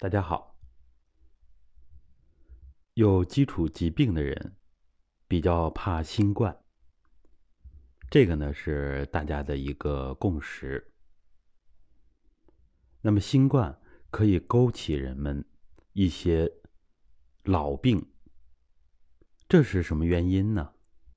大家好，有基础疾病的人比较怕新冠，这个呢是大家的一个共识。那么新冠可以勾起人们一些老病，这是什么原因呢？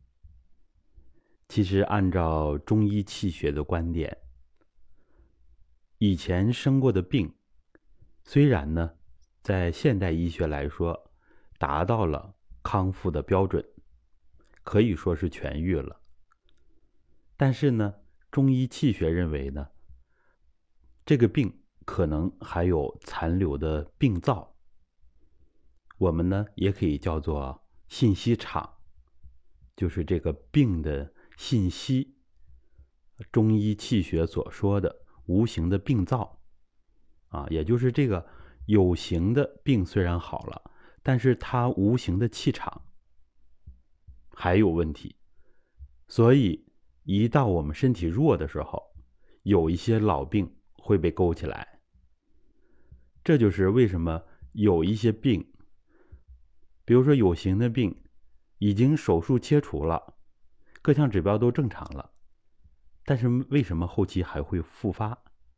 其实按照中医气血的观点，以前生过的病，虽然呢在现代医学来说达到了康复的标准，可以说是痊愈了，但是呢中医气血认为呢，这个病可能还有残留的病灶，我们呢也可以叫做信息场，就是这个病的信息，中医气血所说的无形的病灶也就是这个有形的病虽然好了，但是它无形的气场还有问题，所以一到我们身体弱的时候，有一些老病会被勾起来。这就是为什么有一些病，比如说有形的病已经手术切除了，各项指标都正常了，但是为什么后期还会复发？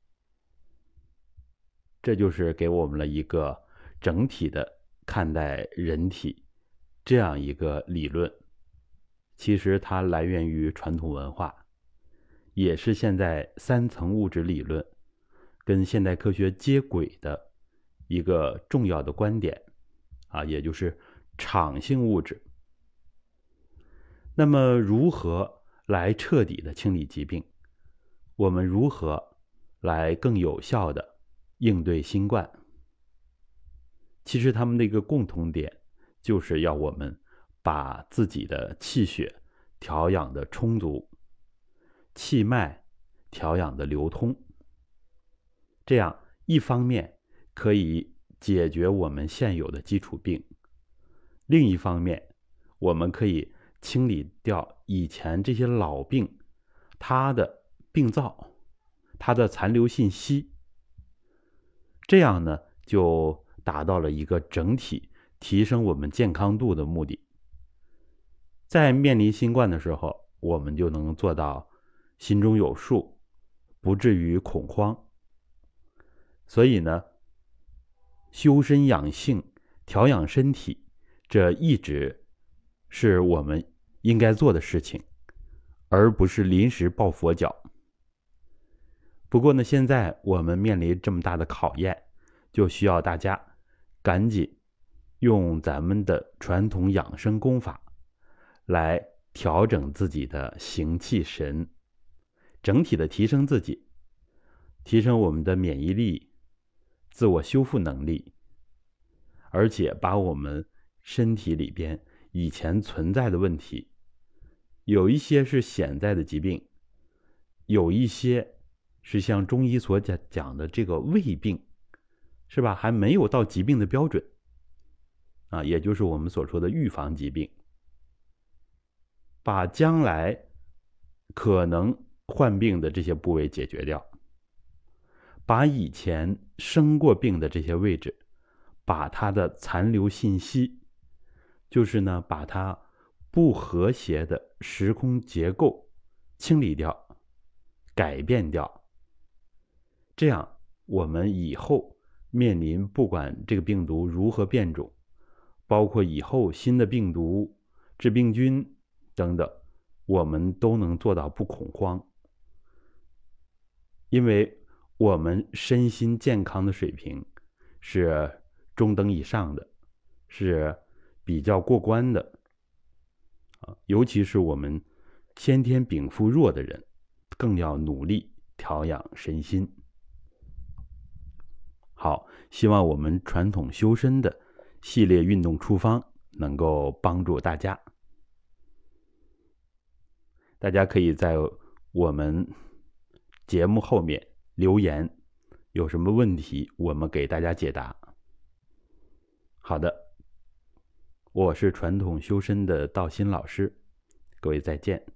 这就是给我们了一个整体的看待人体这样一个理论。其实它来源于传统文化，也是现在三层物质理论跟现代科学接轨的一个重要的观点也就是场性物质。那么如何来彻底的清理疾病？我们如何来更有效的应对新冠？其实他们的一个共同点就是要我们把自己的气血调养的充足，气脉调养的流通，这样一方面可以解决我们现有的基础病，另一方面我们可以清理掉以前这些老病它的病灶，它的残留信息，这样呢就达到了一个整体提升我们健康度的目的。在面临新冠的时候，我们就能做到心中有数，不至于恐慌。所以呢，修身养性，调养身体，这一直是我们应该做的事情，而不是临时抱佛脚。不过呢，现在我们面临这么大的考验，就需要大家赶紧用咱们的传统养生功法来调整自己的形气神，整体的提升自己，提升我们的免疫力、自我修复能力，而且把我们身体里边以前存在的问题，有一些是潜在的疾病，有一些是像中医所讲的这个未病，是吧？还没有到疾病的标准也就是我们所说的预防疾病，把将来可能患病的这些部位解决掉，把以前生过病的这些位置，把它的残留信息，就是呢把它不和谐的时空结构清理掉，改变掉，这样我们以后面临不管这个病毒如何变种，包括以后新的病毒、致病菌等等，我们都能做到不恐慌。因为我们身心健康的水平是中等以上的，是比较过关的尤其是我们先天禀赋弱的人，更要努力调养身心。好，希望我们传统修身的系列运动处方能够帮助大家。大家可以在我们节目后面留言，有什么问题我们给大家解答。好的，我是传统修身的道心老师，各位再见。